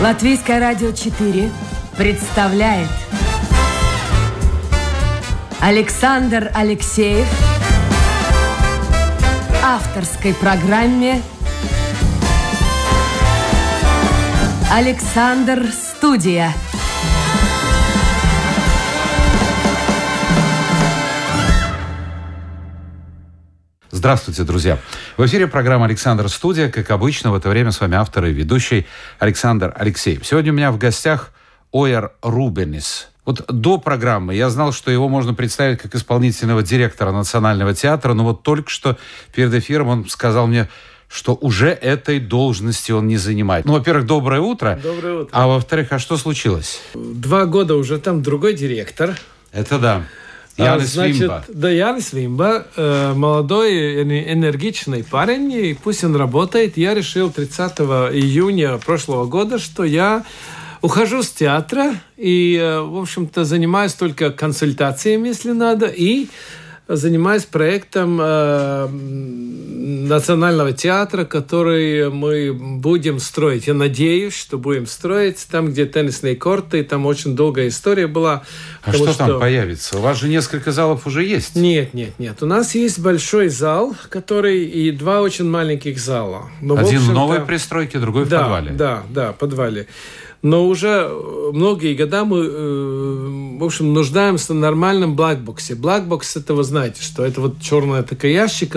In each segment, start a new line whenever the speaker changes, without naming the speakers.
Латвийское радио 4 представляет Александр Алексеев в авторской программе «Александр Студия».
Здравствуйте, друзья! В эфире программа «Александр Студия». Как обычно, в это время с вами автор и ведущий Александр Алексеев. Сегодня у меня в гостях Ойер Рубенис. Вот до программы я знал, что его можно представить как исполнительного директора Национального театра, но вот только что перед эфиром он сказал мне, что уже этой должности он не занимает. Ну, во-первых, доброе утро.
Доброе утро.
А во-вторых, а что случилось?
2 года уже там другой директор.
Это да. Янис Вимба.
Да, Янис Вимба, молодой, энергичный парень, и пусть он работает. Я решил 30 июня прошлого года, что я ухожу с театра и, в общем-то, занимаюсь только консультациями, если надо, и занимаюсь проектом Национального театра, который мы будем строить. Я надеюсь, что будем строить там, где теннисные корты. Там очень долгая история была.
А что там появится? У вас же несколько залов уже есть.
Нет. У нас есть большой зал, который и 2 очень маленьких зала. Но,
один в новой пристройке, другой в подвале.
Да, в подвале. Но уже многие года мы, в общем, нуждаемся в нормальном блэкбоксе. Блэкбокс, это вы знаете, что это вот черный такой ящик,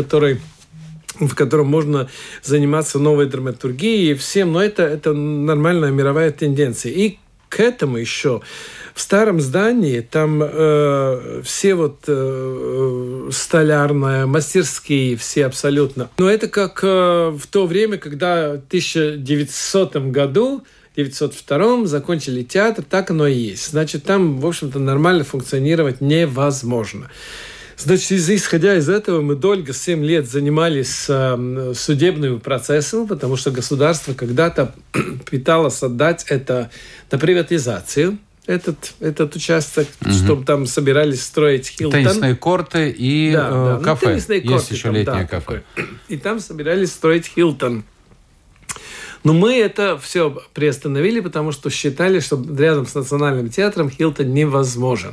в котором можно заниматься новой драматургией и всем. Но это нормальная мировая тенденция. И к этому еще в старом здании там все вот столярные, мастерские, все абсолютно. Но это как в то время, когда в 1900 году, в 1902 закончили театр, так оно и есть. Значит, там, в общем-то, нормально функционировать невозможно. Значит, исходя из этого, мы долго, 7 лет, занимались судебным процессом, потому что государство когда-то пыталось отдать это на приватизацию, этот участок, чтобы там собирались строить Хилтон.
Теннисные корты и кафе.
Теннисные корты,
есть еще
там,
летнее кафе.
И там собирались строить Хилтон. Но мы это все приостановили, потому что считали, что рядом с Национальным театром Хилтон невозможен.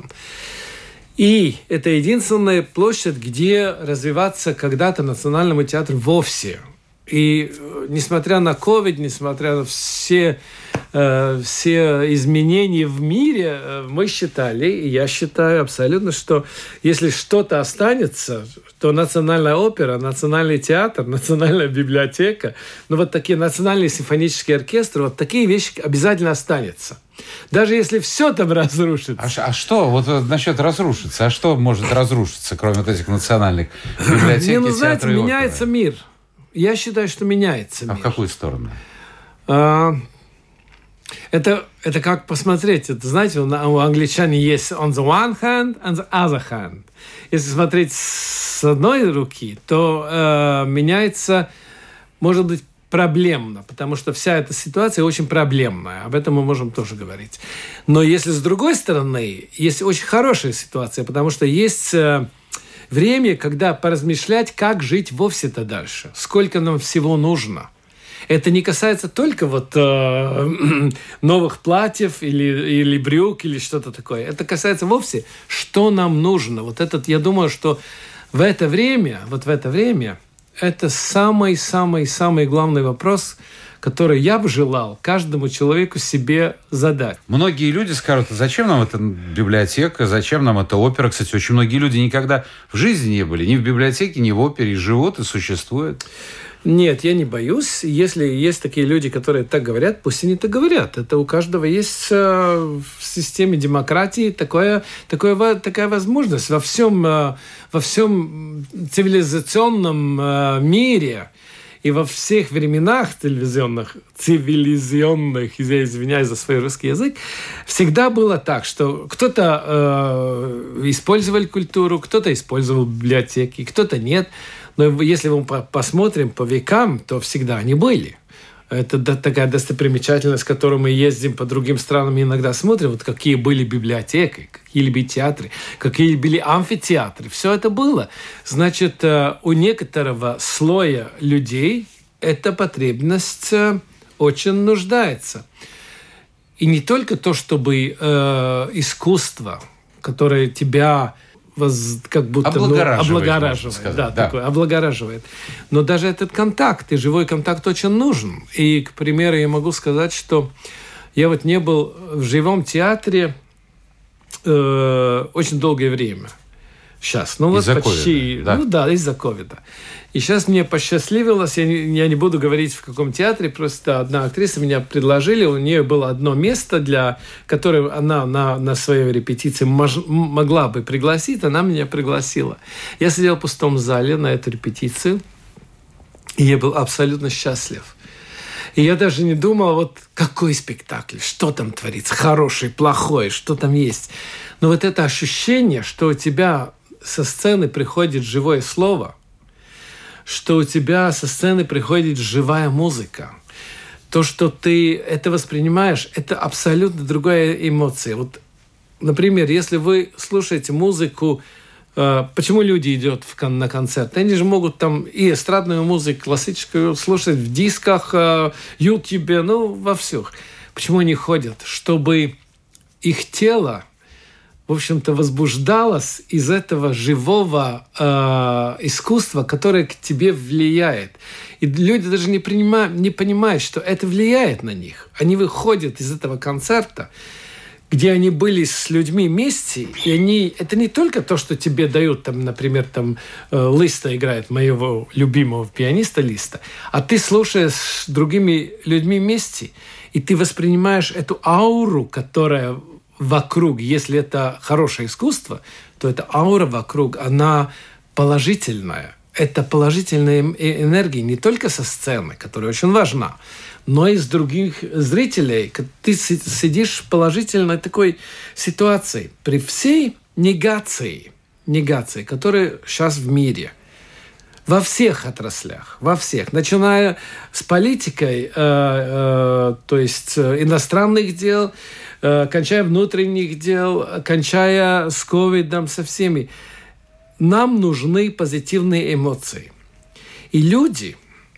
И это единственная площадь, где развиваться когда-то Национальному театру вовсе. И несмотря на COVID, несмотря на все изменения в мире, мы считали, и я считаю абсолютно, что если что-то останется, то Национальная опера, Национальный театр, Национальная библиотека, вот такие национальные симфонические оркестры, вот такие вещи обязательно останутся. Даже если все там разрушится.
А что? Вот насчет разрушиться. А что может разрушиться, кроме вот этих национальных библиотек,
не,
театра и оперы?
Меняется мир. Я считаю, что меняется мир.
А в какую сторону?
Это как посмотреть. Это, знаете, у англичан есть on the one hand and the other hand. Если смотреть с одной руки, то меняется, может быть, проблемно, потому что вся эта ситуация очень проблемная. Об этом мы можем тоже говорить. Но если с другой стороны, есть очень хорошая ситуация, потому что есть время, когда поразмышлять, как жить вовсе-то дальше. Сколько нам всего нужно. Это не касается только новых платьев или брюк или что-то такое. Это касается вовсе, что нам нужно. Я думаю, что в это время, это самый главный вопрос, который я бы желал каждому человеку себе задать.
Многие люди скажут, зачем нам эта библиотека, зачем нам эта опера. Кстати, очень многие люди никогда в жизни не были ни в библиотеке, ни в опере, живут и существуют.
Нет, я не боюсь. Если есть такие люди, которые так говорят, пусть они так говорят. Это у каждого есть в системе демократии такая возможность. Во всем цивилизационном мире и во всех временах цивилизационных, я извиняюсь за свой русский язык, всегда было так, что кто-то использовал культуру, кто-то использовал библиотеки, кто-то нет. Но если мы посмотрим по векам, то всегда они были. Это такая достопримечательность, с которой мы ездим по другим странам и иногда смотрим, вот какие были библиотеки, какие были театры, какие были амфитеатры. Все это было. Значит, у некоторого слоя людей эта потребность очень нуждается. И не только то, чтобы искусство, которое тебя как будто облагораживает. Да. Такое, облагораживает. Но даже этот контакт, и живой контакт очень нужен. И, к примеру, я могу сказать, что я вот не был в живом театре очень долгое время. Сейчас. Ну,
из-за
вот почти.
COVID, да?
Ну да, из-за ковида. И сейчас мне посчастливилось, я не буду говорить, в каком театре, просто одна актриса меня предложили, у нее было одно место, для которого она на своей репетиции могла бы пригласить, она меня пригласила. Я сидел в пустом зале на эту репетицию, и я был абсолютно счастлив. И я даже не думал, вот какой спектакль, что там творится, хороший, плохой, что там есть. Но вот это ощущение, что у тебя со сцены приходит живое слово, что у тебя со сцены приходит живая музыка, то, что ты это воспринимаешь, это абсолютно другая эмоция. Вот, например, если вы слушаете музыку, почему люди идут на концерт? Они же могут там и эстрадную музыку, классическую слушать в дисках, YouTube, ну, во всех. Почему они ходят? Чтобы их тело, в общем-то, возбуждалось из этого живого искусства, которое к тебе влияет. И люди даже не понимают, что это влияет на них. Они выходят из этого концерта, где они были с людьми вместе, и это не только то, что тебе дают, там, например, там, Листа играет, моего любимого пианиста Листа, а ты слушаешь с другими людьми вместе, и ты воспринимаешь эту ауру, которая вокруг, если это хорошее искусство, то эта аура вокруг, она положительная. Это положительная энергия не только со сцены, которая очень важна, но и с других зрителей. Ты сидишь в положительной такой ситуации при всей негации, которая сейчас в мире. Во всех отраслях, во всех. Начиная с политикой, то есть иностранных дел, кончая внутренних дел, кончая с ковидом, со всеми. Нам нужны позитивные эмоции. И люди,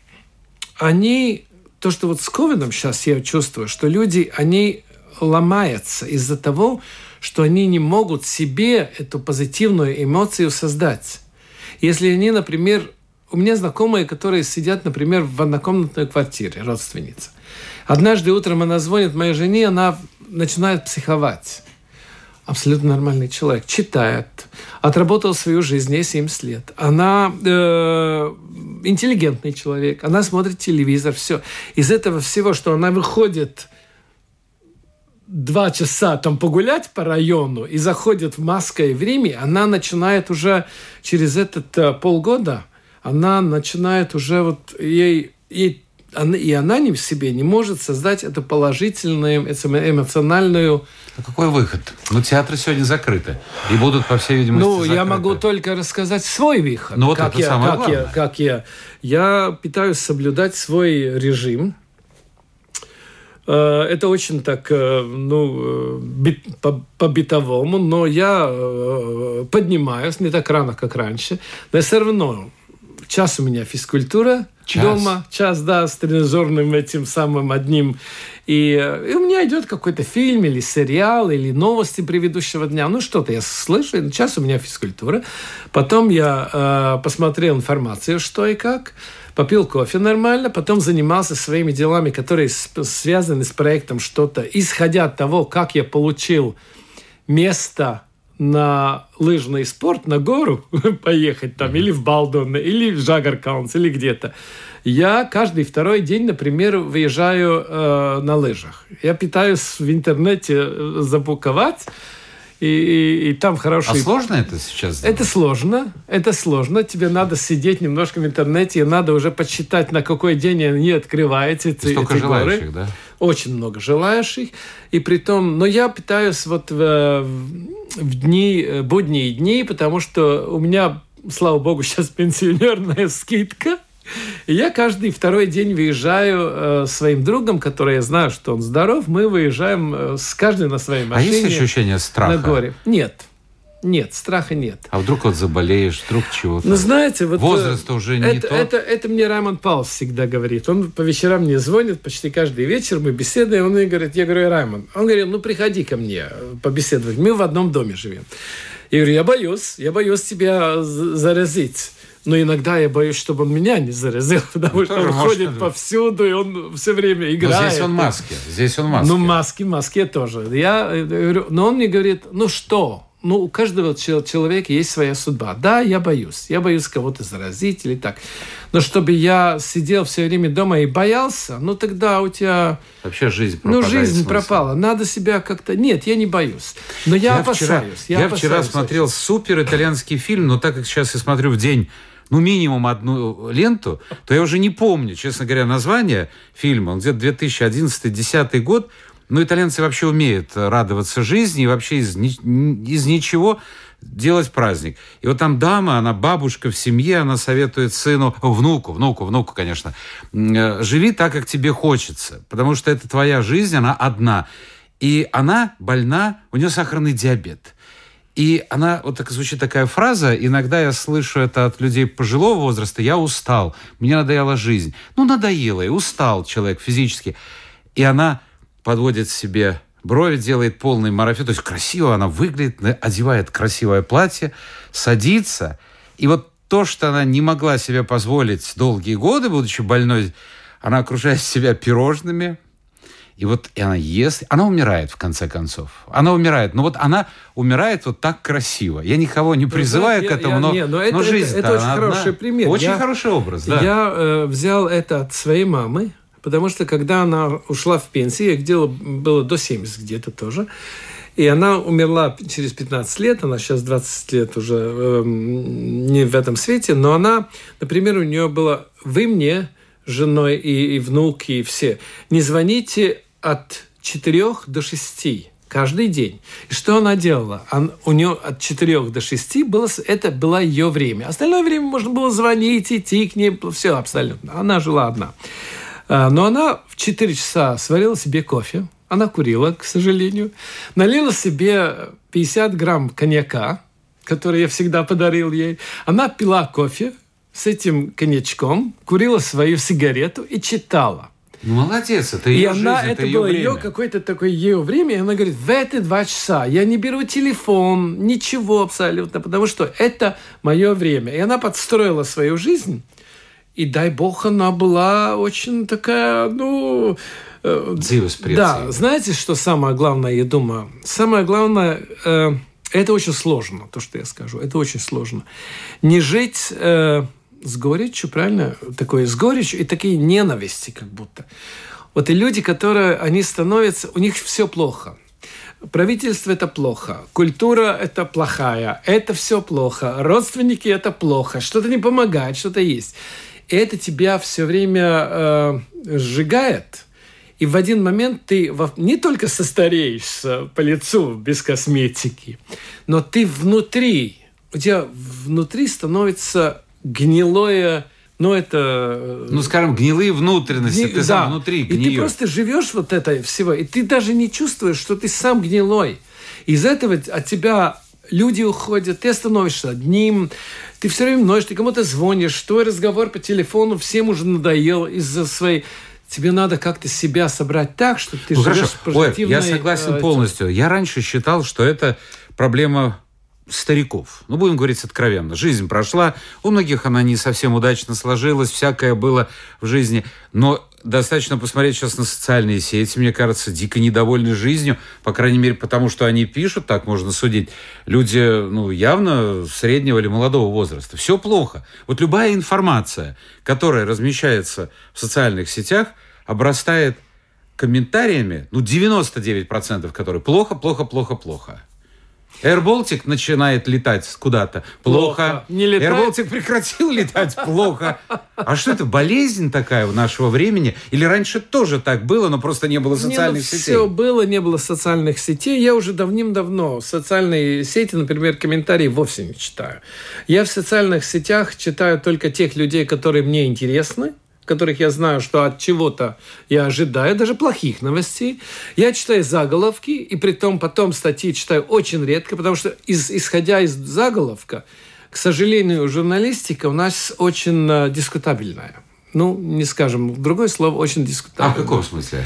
они... То, что вот с ковидом сейчас я чувствую, что люди, они ломаются из-за того, что они не могут себе эту позитивную эмоцию создать. Если они, например... У меня знакомые, которые сидят, например, в однокомнатной квартире, родственница. Однажды утром она звонит моей жене, она начинает психовать. Абсолютно нормальный человек. Читает. Отработал свою жизнь, ей 70 лет. Она интеллигентный человек. Она смотрит телевизор. Все. Из этого всего, что она выходит 2 часа там погулять по району и заходит в Москву в Риме, она начинает уже через этот полгода, она начинает уже вот и она в себе не может создать эту положительную, эмоциональную...
А какой выход? Ну, театры сегодня закрыты. И будут, по всей видимости, закрыты.
Я могу только рассказать свой выход.
Ну, вот это самое главное.
Я пытаюсь соблюдать свой режим. Это очень так, по-бытовому, но я поднимаюсь не так рано, как раньше. Но все равно... Час у меня физкультура дома, час, да, с тренажерным этим самым одним. И у меня идет какой-то фильм или сериал, или новости предыдущего дня. Ну, что-то я слышу. Час у меня физкультура. Потом я посмотрел информацию, что и как. Попил кофе нормально. Потом занимался своими делами, которые связаны с проектом что-то. Исходя от того, как я получил место на лыжный спорт, на гору поехать там, или в Балдон, или в Жагаркаунс, или где-то. Я каждый второй день, например, выезжаю на лыжах. Я пытаюсь в интернете забуковать, и там хороший...
А сложно это сейчас сделать?
Это сложно. Тебе надо сидеть немножко в интернете, и надо уже подсчитать, на какой день они открываются, эти
желающих,
горы.
Да?
Очень много желающих. И притом... Но я пытаюсь вот в будние дни, потому что у меня, слава богу, сейчас пенсионерная скидка. И я каждый второй день выезжаю с своим другом, который я знаю, что он здоров. Мы выезжаем с каждым на своей машине.
А есть ощущение страха?
На горе. Нет. Нет, страха нет.
А вдруг вот заболеешь, вдруг чего-то?
Ну, знаете, вот...
Возраст уже не тот.
Это мне Раймонд Паулс всегда говорит. Он по вечерам мне звонит, почти каждый вечер мы беседуем. Он мне говорит, я говорю, Раймонд. Он говорит, ну, приходи ко мне побеседовать. Мы в одном доме живем. Я говорю, я боюсь тебя заразить. Но иногда я боюсь, чтобы он меня не заразил, потому что он ходит повсюду, и он все время играет.
Но здесь он в маске.
Ну, маски тоже. Я говорю, но он мне говорит, ну что? Ну, у каждого человека есть своя судьба. Да, я боюсь. Я боюсь кого-то заразить или так. Но чтобы я сидел все время дома и боялся, ну, тогда у тебя...
Вообще жизнь пропадает.
Ну, жизнь пропала. Надо себя как-то... Нет, я не боюсь. Но я опасаюсь.
Я вчера смотрел супер итальянский фильм, но так как сейчас я смотрю в день, ну, минимум одну ленту, то я уже не помню, честно говоря, название фильма. Он где-то 2011-2010 год. Ну, итальянцы вообще умеют радоваться жизни и вообще из ничего делать праздник. И вот там дама, она бабушка в семье, она советует сыну, внуку, конечно, живи так, как тебе хочется, потому что это твоя жизнь, она одна. И она больна, у нее сахарный диабет. И она, вот так звучит такая фраза, иногда я слышу это от людей пожилого возраста, я устал, мне надоела жизнь. Ну, надоело, и устал человек физически. И она подводит себе брови, делает полный марафет, то есть красиво она выглядит, одевает красивое платье, садится, и вот то, что она не могла себе позволить долгие годы, будучи больной, она окружает себя пирожными, и она ест, она умирает в конце концов. Она умирает, но вот она умирает вот так красиво. Я никого не призываю к этому, но жизнь-то
это очень хороший пример.
Очень хороший образ, да.
Я взял это от своей мамы, потому что, когда она ушла в пенсию, ей было до 70 где-то тоже, и она умерла через 15 лет, она сейчас 20 лет уже не в этом свете, но она, например, у нее было, вы мне, женой и внуки, и все, не звоните от 4 до 6 каждый день. И что она делала? У нее от 4 до 6 это было ее время. Остальное время можно было звонить, идти к ней, все абсолютно. Она жила одна. Но она в 4 часа сварила себе кофе. Она курила, к сожалению. Налила себе 50 грамм коньяка, который я всегда подарил ей. Она пила кофе с этим коньячком, курила свою сигарету и читала.
Ну, молодец, это ее жизнь, это ее время.
Это было какое-то такое ее время. И она говорит, в эти 2 часа я не беру телефон, ничего абсолютно, потому что это мое время. И она подстроила свою жизнь. И, дай бог, она была очень такая, да, знаете, что самое главное, я думаю? Самое главное, это очень сложно, то, что я скажу. Это очень сложно. Не жить с горечью, правильно? Такое с горечью и такие ненависти как будто. Вот и люди, которые, они становятся, у них все плохо. Правительство – это плохо, культура – это плохая, это все плохо, родственники – это плохо, что-то не помогает, что-то есть. И это тебя все время сжигает. И в один момент ты не только состареешься по лицу без косметики, но ты внутри, у тебя внутри становится гнилое,
скажем, гнилые внутренности, ты сам внутри гниешь.
И ты просто живешь вот это всего, и ты даже не чувствуешь, что ты сам гнилой. Из этого от тебя люди уходят, ты становишься одним, ты все время ноешь, ты кому-то звонишь, твой разговор по телефону всем уже надоел из-за своей... Тебе надо как-то себя собрать так, чтобы ты живешь позитивной...
Я согласен полностью. Я раньше считал, что это проблема стариков. Будем говорить откровенно. Жизнь прошла, у многих она не совсем удачно сложилась, всякое было в жизни, но достаточно посмотреть сейчас на социальные сети, мне кажется, дико недовольны жизнью, по крайней мере, потому что они пишут, так можно судить, люди, явно среднего или молодого возраста. Все плохо. Вот любая информация, которая размещается в социальных сетях, обрастает комментариями, 99%, которые плохо, плохо, плохо, плохо. Air Baltic начинает летать куда-то. Плохо.
Не летает.
Air Baltic прекратил летать. Плохо. А что это, болезнь такая у нашего времени? Или раньше тоже так было, но просто не было социальных сетей?
Все было, не было социальных сетей. Я уже давным-давно социальные сети, например, комментарии вовсе не читаю. Я в социальных сетях читаю только тех людей, которые мне интересны, которых я знаю, что от чего-то я ожидаю, даже плохих новостей. Я читаю заголовки, и притом потом статьи читаю очень редко, потому что, исходя из заголовка, к сожалению, журналистика у нас очень дискутабельная. Ну, не скажем другое слово, очень дискутабельная.
А в каком смысле?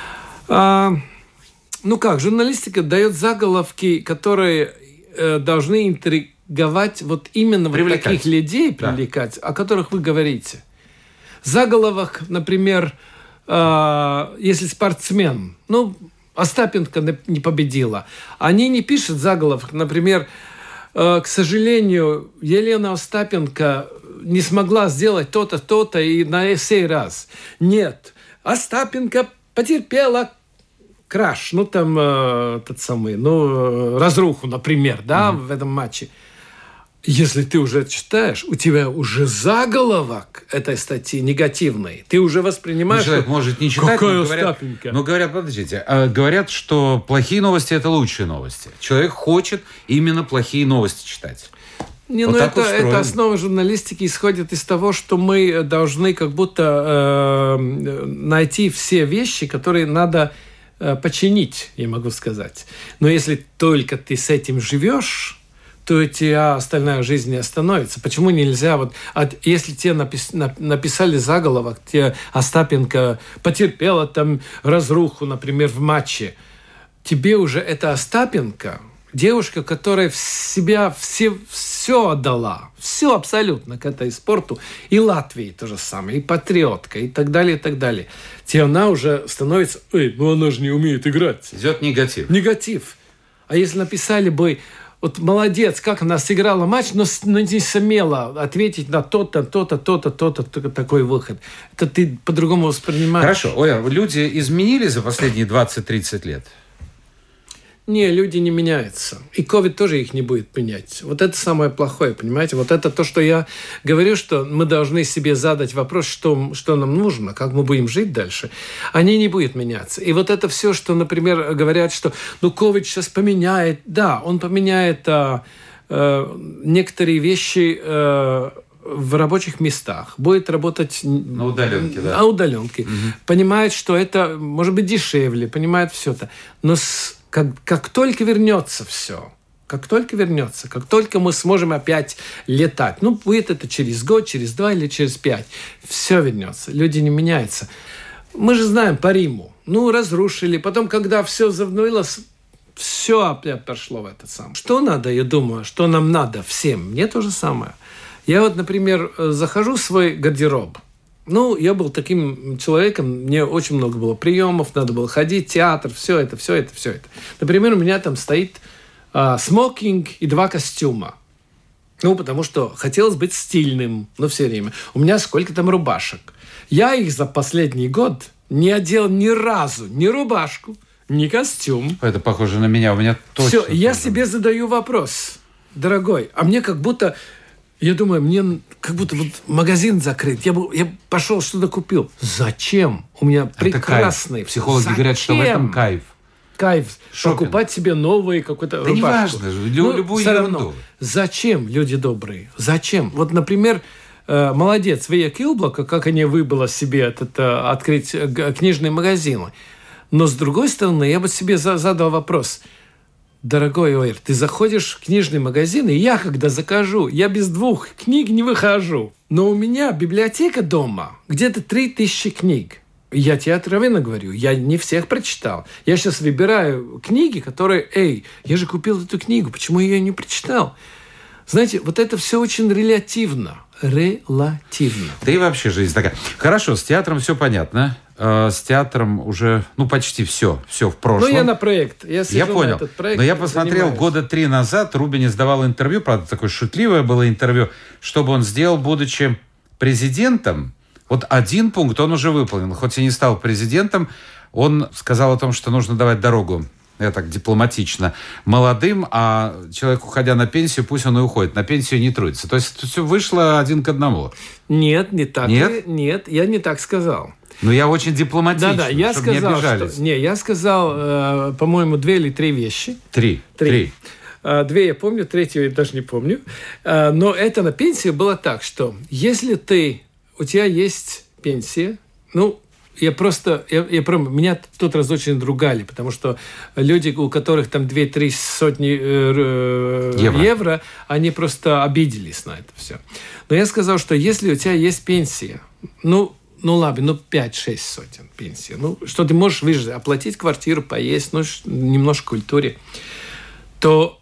Журналистика дает заголовки, которые должны интриговать вот именно вот таких людей, привлекать, о которых вы говорите. Заголовок, например, если спортсмен, Остапенко не победила, они не пишут заголовок, например, к сожалению, Елена Остапенко не смогла сделать то-то, то-то и на сей раз. Нет, Остапенко потерпела краш, разруху, например, в этом матче. Если ты уже читаешь, у тебя уже заголовок этой статьи негативный. Ты уже воспринимаешь...
Человек может не читать, но говорят, подождите, говорят, что плохие новости – это лучшие новости. Человек хочет именно плохие новости читать.
Это основа журналистики исходит из того, что мы должны как будто найти все вещи, которые надо починить, я могу сказать. Но если только ты с этим живешь, то у тебя остальная жизнь не остановится. Почему нельзя... если тебе написали заголовок, тебе Остапенко потерпела там разруху, например, в матче, тебе уже это Остапенко, девушка, которая в себя все отдала, все абсолютно к этой спорту, и Латвии то же самое, и патриотка, и так далее, и так далее. Тебе она уже становится... она же не умеет играть.
Идет негатив.
Негатив. А если написали бы... Вот молодец, как она сыграла матч, но не сумела ответить на то-то, такой выход. Это ты по-другому воспринимаешь.
Хорошо. Люди изменились за последние 20-30 лет?
Не, люди не меняются. И ковид тоже их не будет менять. Вот это самое плохое, понимаете? Вот это то, что я говорю, что мы должны себе задать вопрос, что нам нужно, как мы будем жить дальше. Они не будут меняться. И вот это все, что, например, говорят, что ковид сейчас поменяет. Да, он поменяет некоторые вещи в рабочих местах. Будет работать...
На удаленке, да.
На удаленке. Угу. Понимает, что это может быть дешевле, понимает все это. Но как только вернется все, как только мы сможем опять летать, будет это через год, через 2 или через 5, все вернется, люди не меняются. Мы же знаем по Риму, разрушили, потом, когда все завнулось, все опять пошло в этот самый. Что надо, я думаю, что нам надо всем? Мне то же самое. Я например, захожу в свой гардероб. Я был таким человеком, мне очень много было приемов, надо было ходить, театр, все это. Например, у меня там стоит смокинг и 2 костюма. Потому что хотелось быть стильным, все время. У меня сколько там рубашек. Я их за последний год не одел ни разу, ни рубашку, ни костюм.
Это похоже на меня, у меня точно.
Все, я себе задаю вопрос, дорогой, а мне как будто... Я думаю, мне как будто магазин закрыт. Я пошел что-то купил. Зачем? У меня прекрасный.
Кайф. Психологи говорят, что в этом кайф.
Кайф.
Шопинг.
Покупать себе новые какую-то рубашку.
Да неважно, любую ерунду.
Зачем, люди добрые? Зачем? Например, молодец, Вия Килблока, как они выбыла себе открыть книжные магазины. Но с другой стороны, я бы себе задал вопрос. Дорогой Оир, ты заходишь в книжный магазин, и я, когда закажу, я без 2 книг не выхожу. Но у меня библиотека дома, где-то 3000 книг. Я тебе откровенно говорю, я не всех прочитал. Я сейчас выбираю книги, которые, я же купил эту книгу, почему я ее не прочитал? Знаете, вот это все очень релятивно. Релативно.
Да и вообще жизнь такая. Хорошо, с театром все понятно. С театром уже, почти все в прошлом.
Я на проект. Я
понял.
На этот проект.
Но я посмотрел, года 3 назад Рубинис давал интервью, правда, такое шутливое было интервью, чтобы он сделал, будучи президентом. Вот 1 пункт он уже выполнил. Хоть и не стал президентом, он сказал о том, что нужно давать дорогу, я так дипломатично, молодым, а человек, уходя на пенсию, пусть он и уходит. На пенсию не трудится. То есть все вышло 1 к 1.
Нет, не так. Нет, я не так сказал.
Я очень дипломатично,
да, я
чтобы
сказал,
не обижались.
Я сказал, по-моему, 2 или 3 вещи.
3.
2 я помню, 3 я даже не помню. Но это на пенсии было так, что если у тебя есть пенсия. Меня тот раз очень ругали, потому что люди, у которых там 2-3 сотни евро, они просто обиделись на это все. Но я сказал, что если у тебя есть пенсия, ладно, 5-6 сотен пенсии, что ты можешь выжить, оплатить квартиру, поесть, немножко культуре, то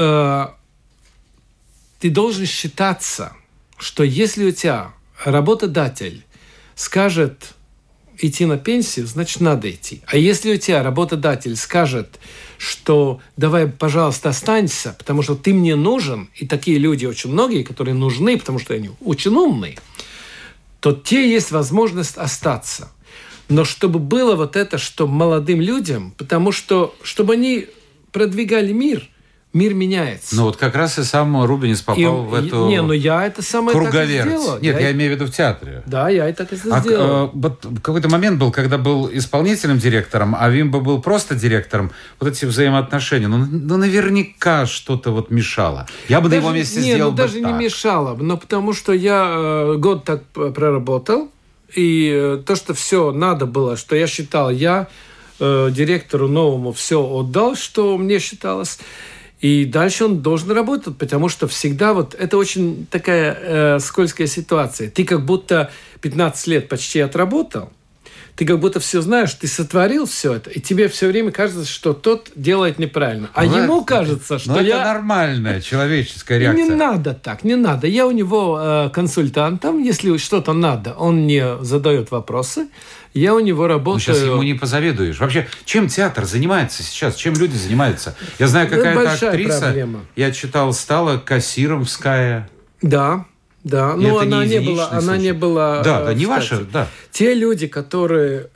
ты должен считаться, что если у тебя работодатель скажет идти на пенсию, значит, надо идти. А если у тебя работодатель скажет, что давай, пожалуйста, останься, потому что ты мне нужен, и такие люди очень многие, которые нужны, потому что они очень умные, то те есть возможность остаться. Но чтобы было вот это, что молодым людям, потому что, чтобы они продвигали мир меняется.
Вот как раз и сам Рубинис попал в эту
я это самое
круговерть.
Так и сделал.
Нет, я имею в виду в театре.
Да, я это так и сделал.
Какой-то момент был, когда был исполнительным директором, а Вимба был просто директором. Вот эти взаимоотношения, наверняка что-то мешало. Я бы на его месте сделал бы
даже
так.
Не мешало, но потому что я год так проработал, и то, что все надо было, что я считал, я директору новому все отдал, что мне считалось. И дальше он должен работать, потому что всегда это очень такая скользкая ситуация. Ты как будто 15 лет почти отработал, ты как будто все знаешь, ты сотворил все это, и тебе все время кажется, что тот делает неправильно. А ему кажется, что
это нормальная человеческая реакция.
Не надо так, не надо. Я у него консультантом, если что-то надо, он мне задает вопросы, я у него работаю.
Сейчас ему не позавидуешь. Вообще, чем театр занимается сейчас? Чем люди занимаются? Я знаю, какая-то актриса,
проблема.
Я читал, стала кассиром в Sky.
Да. Но она не была.
Да, не ваша, да.
Те люди, которые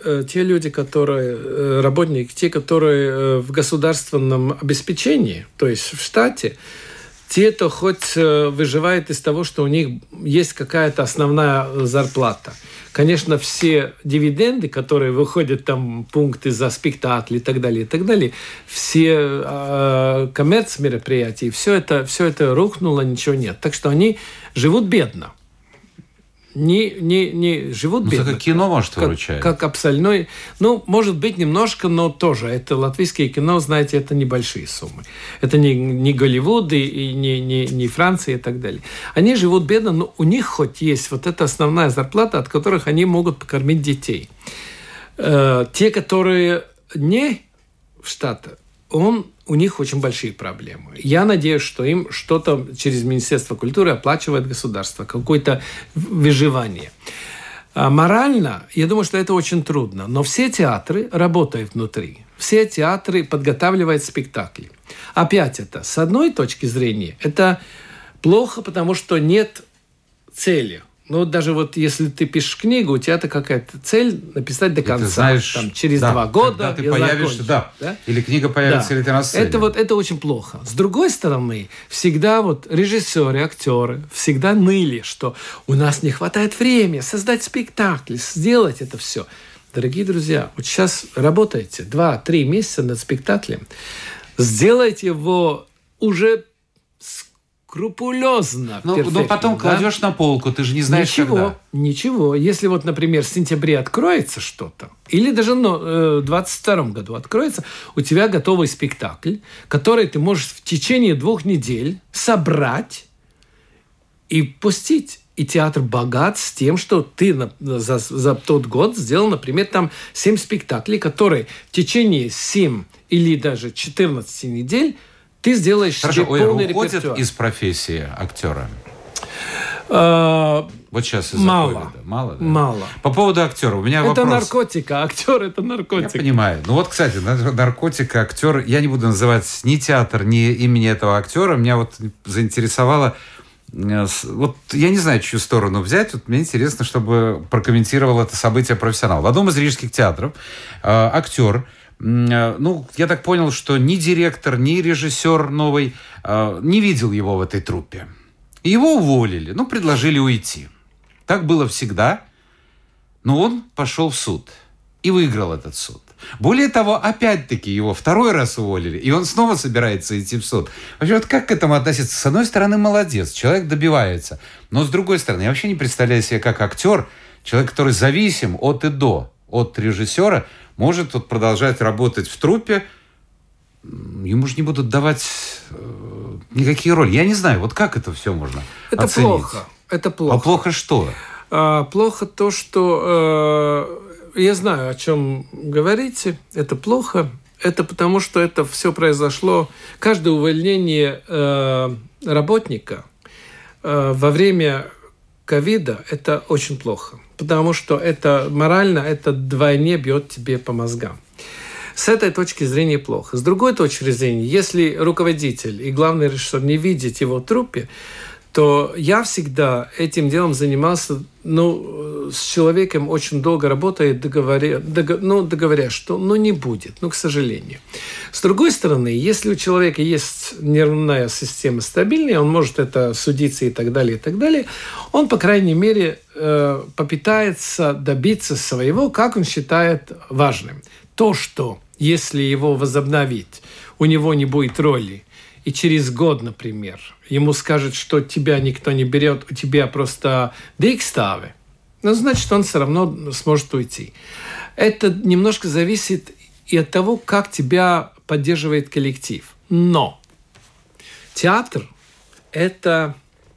работники, те, которые в государственном обеспечении, то есть в штате, те, кто хоть выживает из того, что у них есть какая-то основная зарплата. Конечно, все дивиденды, которые выходят, там, пункты за спектакли и так далее, все коммерц-мероприятия, все это рухнуло, ничего нет. Так что они живут бедно. Не живут бедно.
Только кино, может, выручает.
Как абсолютно. Может быть, немножко, но тоже. Это латвийское кино, знаете, это небольшие суммы. Это не Голливуд и не Франция и так далее. Они живут бедно, но у них хоть есть вот эта основная зарплата, от которых они могут покормить детей. Те, которые не в Штатах, у них очень большие проблемы. Я надеюсь, что им что-то через Министерство культуры оплачивает государство, какое-то выживание. Морально, я думаю, что это очень трудно. Но все театры работают внутри. Все театры подготавливают спектакли. Опять это, с одной точки зрения, это плохо, потому что нет цели. Даже если ты пишешь книгу, у тебя-то какая-то цель написать до конца.
Знаешь,
там, через 2 года
когда ты появишься, да. Или книга появится, или ты на сцене.
Это очень плохо. С другой стороны, всегда режиссеры, актеры всегда ныли, что у нас не хватает времени создать спектакль, сделать это все. Дорогие друзья, сейчас работаете 2-3 месяца над спектаклем, сделайте его уже скрупулезно.
Но потом кладешь на полку, ты же не знаешь, когда.
Ничего. Если например, в сентябре откроется что-то, или даже в 2022 году откроется, у тебя готовый спектакль, который ты можешь в течение 2 недель собрать и пустить. И театр богат с тем, что ты за тот год сделал, например, там 7 спектаклей, которые в течение 7 или даже 14 недель ты сделаешь себе полный репертуар.
Уходят из профессии актера? Вот сейчас из-за
мало.
ковида. Мало, да?
Мало.
По поводу актера у меня
это
вопрос.
Наркотик, а актер – это наркотик.
Я понимаю. Кстати, наркотик, актер. Я не буду называть ни театр, ни имени этого актера. Меня заинтересовало. Я не знаю, чью сторону взять. Мне интересно, чтобы прокомментировал это событие профессионал. В одном из рижских театров актер, я так понял, что ни директор, ни режиссер новый не видел его в этой труппе. Его уволили, предложили уйти. Так было всегда. Но он пошел в суд. и выиграл этот суд. Более того, опять-таки его второй раз уволили, и он снова собирается идти в суд. Вообще, вот как к этому относиться? С одной стороны, молодец, человек добивается. Но с другой стороны, я вообще не представляю себе, как актер, человек, который зависим от и до, от режиссера, может вот продолжать работать в труппе, ему же не будут давать никакие роли. Я не знаю, вот как это все можно оценить?
Плохо. Это плохо.
А плохо что?
Плохо то, что... Я знаю, о чем говорите. Это плохо. Это потому, что это все произошло... Каждое увольнение работника во время ковида – это очень плохо. Потому что это морально, это вдвойне бьет тебе по мозгам. С этой точки зрения плохо. С другой точки зрения, если руководитель и главный режиссер не видят его в труппе, то я всегда этим делом занимался, с человеком очень долго работая, договоря, что не будет, к сожалению. С другой стороны, если у человека есть нервная система стабильная, он может это судиться и так далее, он, по крайней мере, попытается добиться своего, как он считает важным. То, что если его возобновить, у него не будет роли, и через год, например, ему скажут, что тебя никто не берет, у тебя просто дикставы, значит, он все равно сможет уйти. Это немножко зависит и от того, как тебя поддерживает коллектив. Но театр – это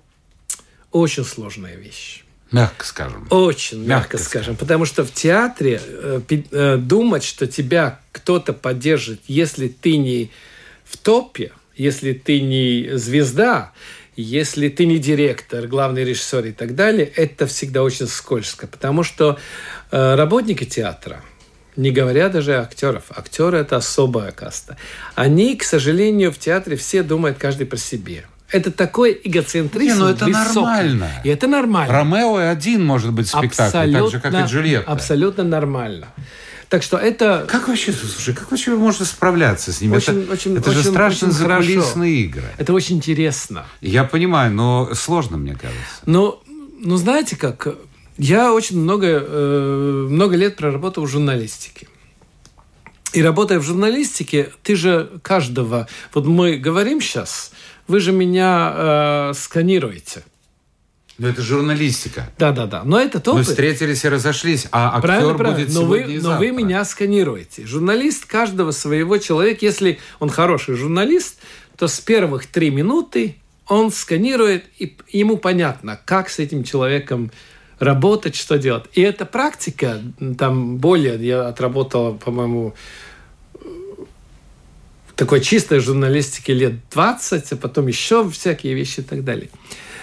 очень сложная вещь.
Мягко скажем.
Очень мягко скажем. Потому что в театре думать, что тебя кто-то поддержит, если ты не в топе, если ты не звезда, если ты не директор, главный режиссер и так далее, это всегда очень скользко. Потому что работники театра, не говоря даже актеров, актеры – это особая каста, они, к сожалению, в театре все думают каждый про себя. Это такой эгоцентризм
это
высокий.
Нормально.
И это нормально.
Ромео и один может быть спектакль, так же, как и Джульетта.
Абсолютно нормально. Так что это...
Как вообще можно справляться с ними? Это же страшно
очень
закулисные игры.
Это очень интересно.
Я понимаю, но сложно, мне кажется.
Но знаете как? Я очень много лет проработал в журналистике. И работая в журналистике, ты же каждого... Вот мы говорим сейчас, вы же меня сканируете.
Но это журналистика.
Да. Но это опыт.
Мы встретились и разошлись, а актер будет сегодня и завтра.
Но вы меня сканируете. Журналист каждого своего человека, если он хороший журналист, то с первых 3 минуты он сканирует, и ему понятно, как с этим человеком работать, что делать. И эта практика, я отработал, по-моему, такой чистой журналистики лет 20, а потом еще всякие вещи и так далее.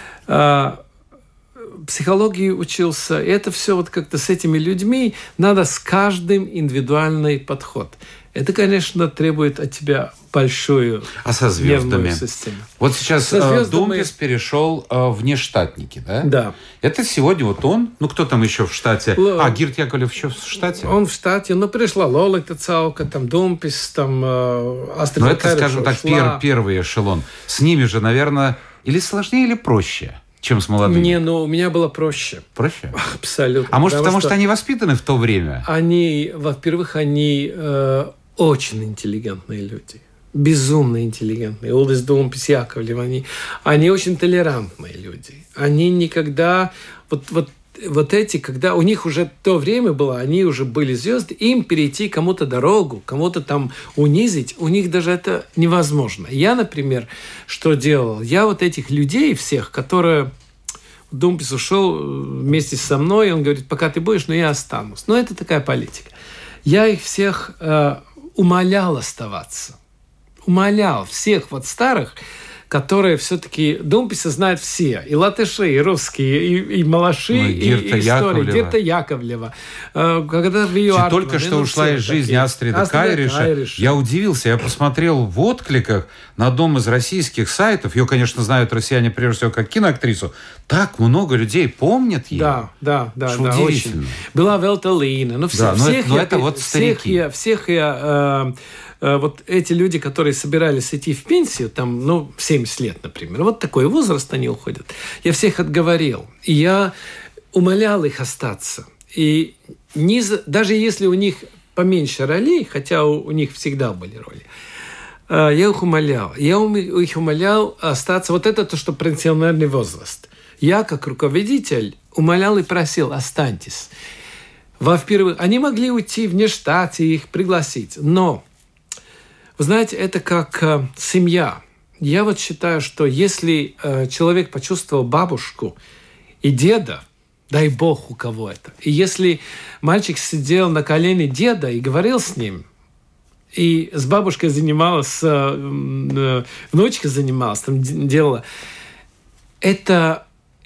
Психологии учился, и это все вот как-то с этими людьми надо с каждым индивидуальный подход. Это, конечно, требует от тебя большую нервную систему.
Вот сейчас Думпис перешел в нештатники, да?
Да.
Это сегодня вот он, кто там еще в штате? Гирт Яковлев еще в штате?
Он в штате, пришла Лолита Цаука, Думпис, Астрид.
Но это, скажем так, первый эшелон. С ними же, наверное, или сложнее, или проще, чем с молодыми?
У меня было проще.
Проще?
Абсолютно.
А может, потому что они воспитаны в то время?
Во-первых, они очень интеллигентные люди. Безумно интеллигентные. Улдис Думпис, Яковлев, они очень толерантные люди. Они никогда... Вот эти, когда у них уже то время было, они уже были звезды, им перейти кому-то дорогу, кому-то там унизить, у них даже это невозможно. Я, например, что делал? Я вот этих людей всех, которые... Думпис ушел вместе со мной, он говорит, пока ты будешь, но я останусь. Но это такая политика. Я их всех умолял оставаться. Умолял всех старых, которые все-таки Думписа знают все. И латыши, и русские, и малаши, и истории. Гирта Яковлева. Когда
только что ушла из жизни Астрида Кайриша. Я удивился. Я посмотрел в откликах на одном из российских сайтов. Ее, конечно, знают россияне прежде всего как киноактрису. Так много людей помнят ее.
Да,
удивительно.
Очень. Была Велталина. Всех я вот эти люди, которые собирались идти в пенсию, 70 лет, например, вот такой возраст они уходят. Я всех отговорил. И я умолял их остаться. И даже если у них поменьше ролей, хотя у них всегда были роли, я их умолял. Я их умолял остаться. Вот это то, что пенсионерный возраст. Я, как руководитель, умолял и просил: останьтесь. Они могли уйти вне штата и их пригласить. Но, вы знаете, это как семья. Я вот считаю, что если человек почувствовал бабушку и деда, дай бог у кого это, и если мальчик сидел на колене деда и говорил с ним, и с бабушкой занималась, внучка занималась, там делала, это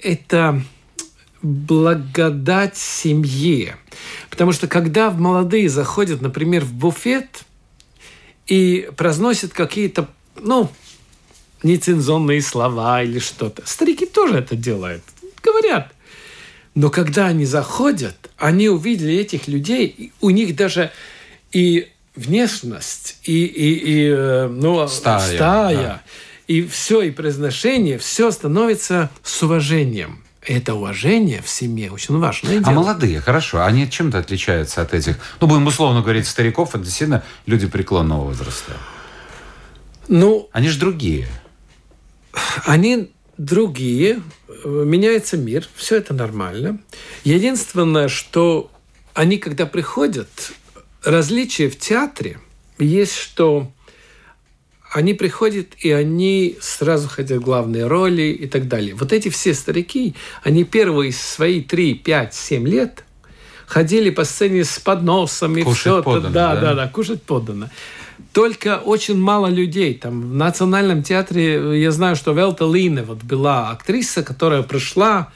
благодать семье. Потому что когда молодые заходят, например, в буфет и произносят какие-то, нецензурные слова или что-то, старики тоже это делают, говорят. Но когда они заходят, они увидели этих людей, у них даже и внешность, и стая, да. И все, и произношение, все становится с уважением. Это уважение в семье очень важное дело.
А молодые, хорошо, они чем-то отличаются от этих, будем условно говорить, стариков, это действительно люди преклонного возраста. Они же другие.
Они другие, меняется мир, все это нормально. Единственное, что они, когда приходят, различие в театре есть, что они приходят, и они сразу хотят главные роли и так далее. Вот эти все старики, они первые свои 3, 5, 7 лет ходили по сцене с подносами.
Кушать подано.
Да, кушать подано. Только очень мало людей. Там в Национальном театре, я знаю, что Велта Лине была актриса, которая пришла,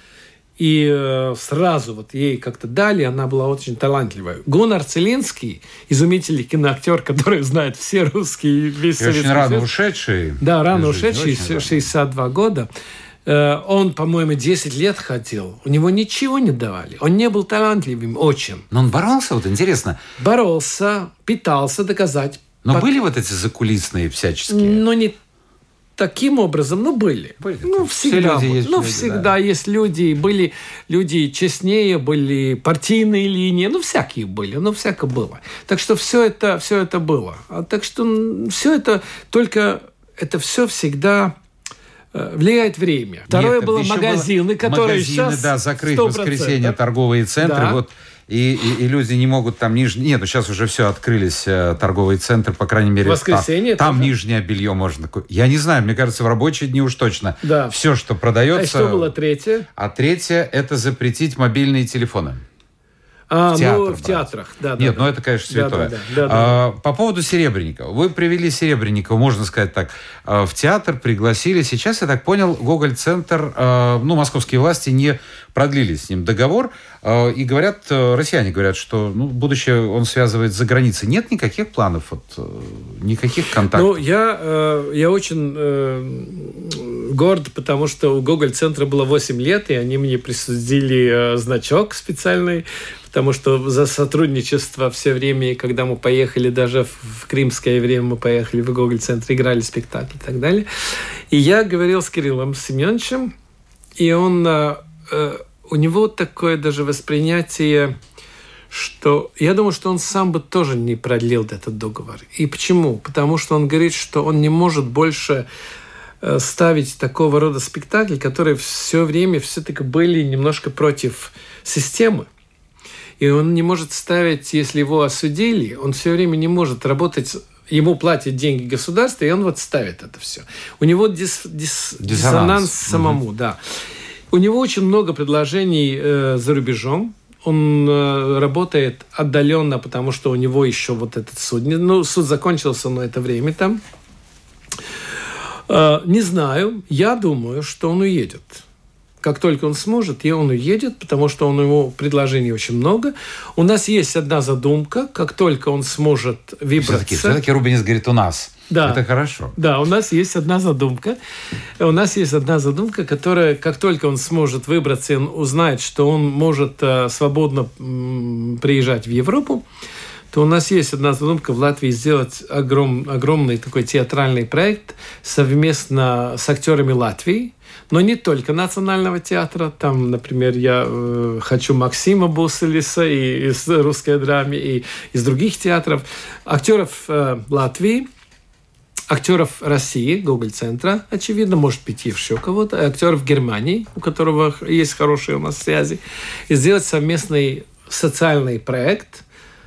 и сразу ей как-то дали, она была очень талантливая. Гуннар Целинский, изумительный киноактер, который знает все русские, весь Советский Союз.
Очень рано ушедший.
Да, рано ушедший, 62 года. Он, по-моему, 10 лет ходил. У него ничего не давали. Он не был талантливым очень.
Но он боролся, интересно.
Боролся, пытался доказать.
Но были эти закулисные всяческие?
Не таким образом, но были. Всегда. Всегда есть люди. Были люди честнее, были партийные линии. Всякие были. Всяко было. Так что все это было. Так что все это только... Это все всегда... влияет время. Второе было магазины, которые сейчас...
Да, закрыть в воскресенье торговые центры. Да. И люди не могут там нижние... Нет, сейчас уже все, открылись торговые центры, по крайней мере.
Воскресенье
там нижнее белье можно купить. Я не знаю, мне кажется, в рабочие дни уж точно.
Да.
Все, что продается...
А что было третье?
А третье – это запретить мобильные телефоны.
В театрах. Да,
нет, это, конечно, святое. Да. По поводу Серебренникова. Вы привели Серебренникова, можно сказать так, в театр пригласили. Сейчас, я так понял, Гоголь-центр, московские власти не продлили с ним договор. И говорят, россияне говорят, что будущее он связывает за границей. Нет никаких планов, никаких контактов?
Я очень горд, потому что у Гоголь-центра было 8 лет, и они мне присудили значок специальный, потому что за сотрудничество все время, когда мы поехали, даже в крымское время мы поехали в Гоголь-центр, играли спектакль и так далее. И я говорил с Кириллом Семеновичем, и у него такое даже восприятие, что я думаю, что он сам бы тоже не продлил этот договор. И почему? Потому что он говорит, что он не может больше ставить такого рода спектакли, которые все время все-таки были немножко против системы. И он не может ставить, если его осудили, он все время не может работать, ему платят деньги государства, и он ставит это все. У него диссонанс самому, да. У него очень много предложений за рубежом. Он работает отдаленно, потому что у него еще этот суд. Суд закончился, но это время там. Не знаю. Я думаю, что он уедет. Как только он сможет, и он уедет, потому что у него предложений очень много. У нас есть одна задумка. Как только он сможет выбраться...
Все-таки Рубенис говорит «у нас».
Да.
Это хорошо.
Да, у нас есть одна задумка. Которая, как только он сможет выбраться, он узнает, что он может свободно приезжать в Европу, то у нас есть одна задумка в Латвии сделать огромный такой театральный проект совместно с актерами Латвии. Но не только Национального театра. Там, например, я хочу Максима Бусселиса и из русской драмы, и из других театров. Актеров Латвии, актеров России, Гоголь-центра, очевидно, может быть, еще кого-то, актеров Германии, у которого есть хорошие у нас связи, и сделать совместный социальный проект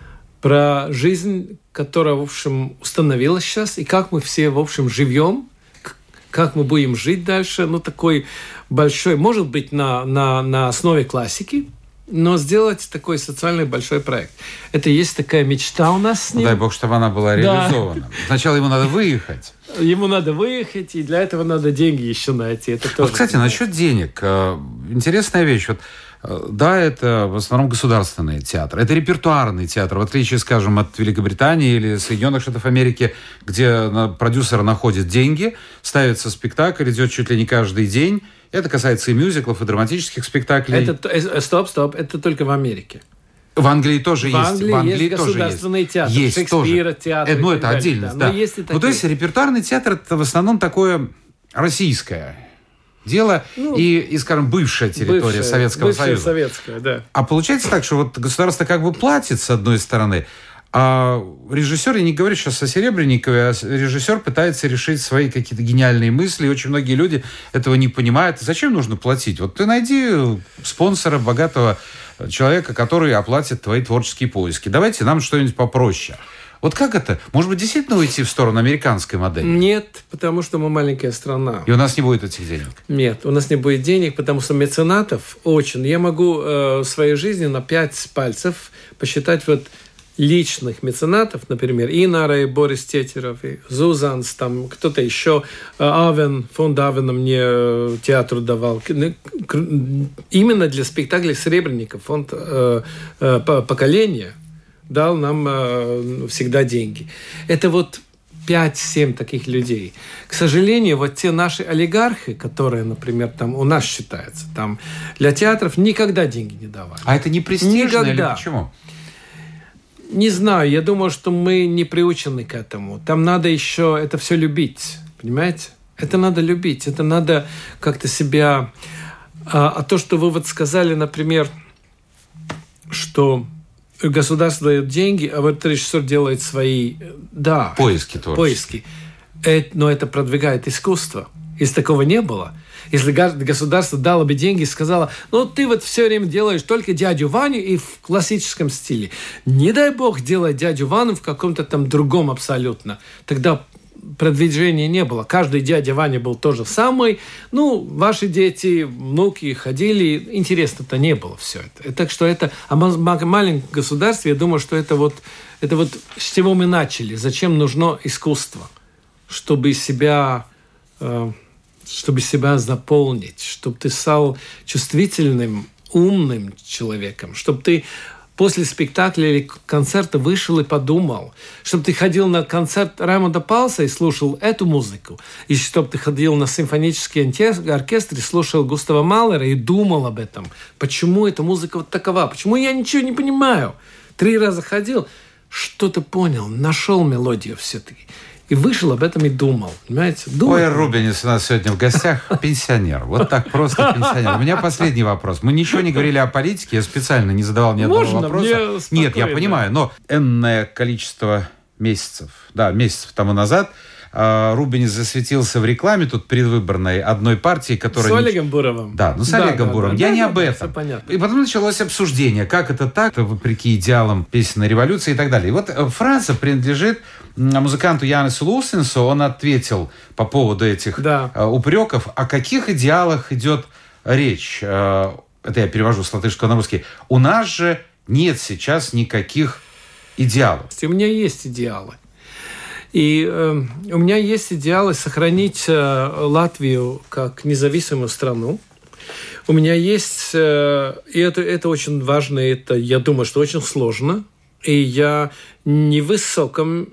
про жизнь, которая, в общем, установилась сейчас, и как мы все, в общем, живем, как мы будем жить дальше. Ну, такой большой, может быть, на основе классики, но сделать такой социальный большой проект. Это есть такая мечта у нас с ним.
Дай бог, чтобы она была реализована. Сначала ему надо выехать.
Ему надо выехать, и для этого надо деньги еще найти. Это тоже,
кстати, насчет денег. Интересная вещь. Да, это в основном государственный театр. Это репертуарный театр, в отличие, скажем, от Великобритании или Соединенных Штатов Америки, где продюсер находит деньги, ставится спектакль, идет чуть ли не каждый день. Это касается и мюзиклов, и драматических спектаклей.
Стоп. Это только в Америке.
В Англии тоже есть.
В Англии есть государственный театр.
Есть
Шекспира,
тоже.
Театр.
Ну, это отдельность, да. То есть репертуарный театр – это в основном такое российское дело и, скажем, бывшая территория Советского Союза.
Советская, да.
А получается так, что вот государство как бы платит, с одной стороны, а режиссер, я не говорю сейчас о Серебренникове, а режиссер пытается решить свои какие-то гениальные мысли, и очень многие люди этого не понимают. Зачем нужно платить? Вот ты найди спонсора, богатого человека, который оплатит твои творческие поиски. Давайте нам что-нибудь попроще. Вот как это? Может быть, действительно уйти в сторону американской модели?
Нет, потому что мы маленькая страна.
И у нас не будет этих денег?
Нет, у нас не будет денег, потому что меценатов очень. Я могу в своей жизни на 5 пальцев посчитать личных меценатов, например, Инара и Борис Тетеров, и Зузанс, там кто-то еще, Авен, фонд Авена мне театру давал. Именно для спектаклей Серебренников фонд поколения дал нам всегда деньги. Это 5-7 таких людей. К сожалению, те наши олигархи, которые, например, там у нас считаются, там для театров никогда деньги не давали.
А это не престижно или почему?
Не знаю, я думаю, что мы не приучены к этому. Там надо еще это все любить, понимаете? Это надо любить, это надо как-то себя... А то, что вы сказали, например, что государство дает деньги, а режиссер делает свои... Да, поиски. Но это продвигает искусство. Если такого не было, если государство дало бы деньги и сказало, ты все время делаешь только дядю Ваню и в классическом стиле. Не дай бог делать дядю Ваню в каком-то там другом абсолютно. Тогда продвижения не было. Каждый дядя Ваня был тот же самый. Ваши дети, внуки ходили. Интересно-то не было все это. Так что это... А в маленьком государстве, я думаю, что это с чего мы начали. Зачем нужно искусство? Чтобы себя заполнить, чтобы ты стал чувствительным, умным человеком, чтобы ты после спектакля или концерта вышел и подумал, чтобы ты ходил на концерт Раймонда Палса и слушал эту музыку, и чтобы ты ходил на симфонический оркестр и слушал Густава Малера и думал об этом. Почему эта музыка такова? Почему я ничего не понимаю? 3 раза ходил, что-то понял, нашел мелодию все-таки. И вышел об этом и думал. Понимаете?
Ойер Рубенис у нас сегодня в гостях. Пенсионер. Вот так просто пенсионер. У меня последний вопрос. Мы ничего не говорили о политике. Я специально не задавал ни одного вопроса. Нет, я понимаю. Но энное количество месяцев тому назад Рубенис засветился в рекламе тут предвыборной одной партии, которая...
С Олегом Буровым.
Да, с Олегом Буровым. Я не об этом.
Понятно.
И потом началось обсуждение, как это так, вопреки идеалам песенной революции и так далее. И вот фраза принадлежит музыканту Янису Лусинсу. Он ответил по поводу этих упреков. О каких идеалах идет речь? Это я перевожу с латышского на русский. У нас же нет сейчас никаких идеалов.
У меня есть идеалы. И у меня есть идеалы сохранить Латвию как независимую страну. У меня есть... И это очень важно, это, я думаю, что очень сложно. И я не в высоком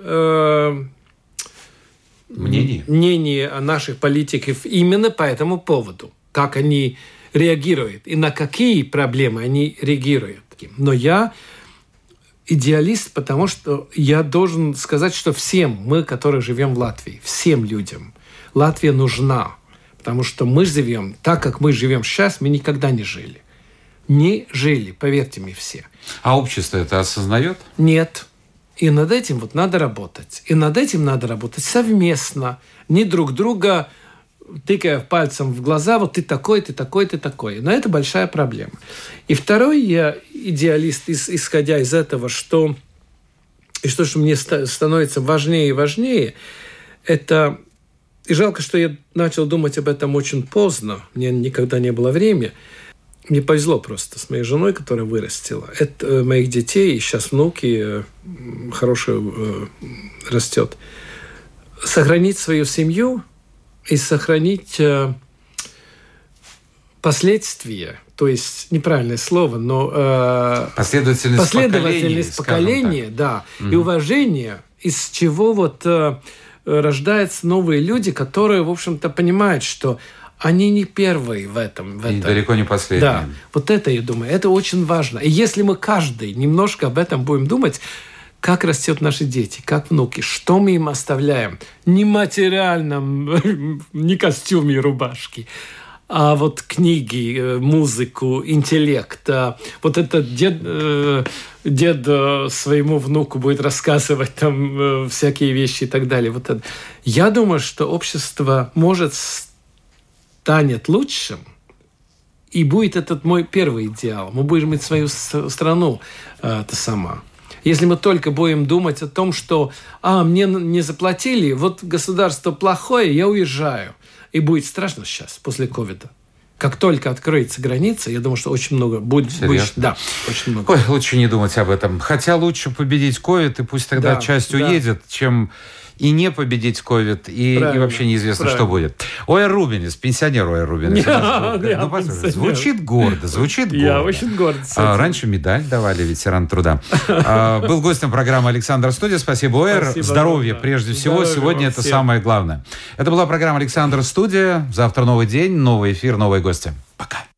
мнении о наших политиках именно по этому поводу. Как они реагируют и на какие проблемы они реагируют. Но я... идеалист, потому что я должен сказать, что всем мы, которые живем в Латвии, всем людям, Латвия нужна. Потому что мы живем так, как мы живем сейчас, мы никогда не жили. Не жили, поверьте мне все.
А общество это осознает?
Нет. И над этим вот надо работать. И над этим надо работать совместно. Не друг друга тыкая пальцем в глаза, вот ты такой, ты такой, ты такой. Но это большая проблема. И второй я идеалист, исходя из этого, что мне становится важнее и важнее, это... И жалко, что я начал думать об этом очень поздно. Мне никогда не было времени. Мне повезло просто с моей женой, которая вырастила. Это моих детей, и сейчас внуки хорошую растет. Сохранить свою семью и сохранить последствия, то есть неправильное слово, но последовательность поколения, да, и уважение, из чего вот рождаются новые люди, которые, в общем-то, понимают, что они не первые в этом.
И далеко не последние.
Да, вот это, я думаю, это очень важно. И если мы каждый немножко об этом будем думать, как растет наши дети, как внуки, что мы им оставляем, не материальном, не костюме и рубашки, а вот книги, музыку, интеллект. Вот этот дед своему внуку будет рассказывать там всякие вещи и так далее. Вот это. Я думаю, что общество станет лучшим, и будет этот мой первый идеал. Мы будем иметь свою страну сама. Если мы только будем думать о том, что мне не заплатили, вот государство плохое, я уезжаю. И будет страшно сейчас, после ковида. Как только откроется граница, я думаю, что очень много будет. Да, очень много.
Ой, лучше не думать об этом. Хотя лучше победить ковид, и пусть тогда часть уедет, чем и не победить ковид, и вообще неизвестно, что будет. Ойер Рубинис, пенсионер Ойер Рубинис. Звучит гордо,
Я очень горд.
Раньше медаль давали ветеран труда. Был гостем программы «Александр Студия». Спасибо, Ойер. Здоровья прежде всего. Сегодня это самое главное. Это была программа «Александр Студия». Завтра новый день, новый эфир, новые гости. Пока.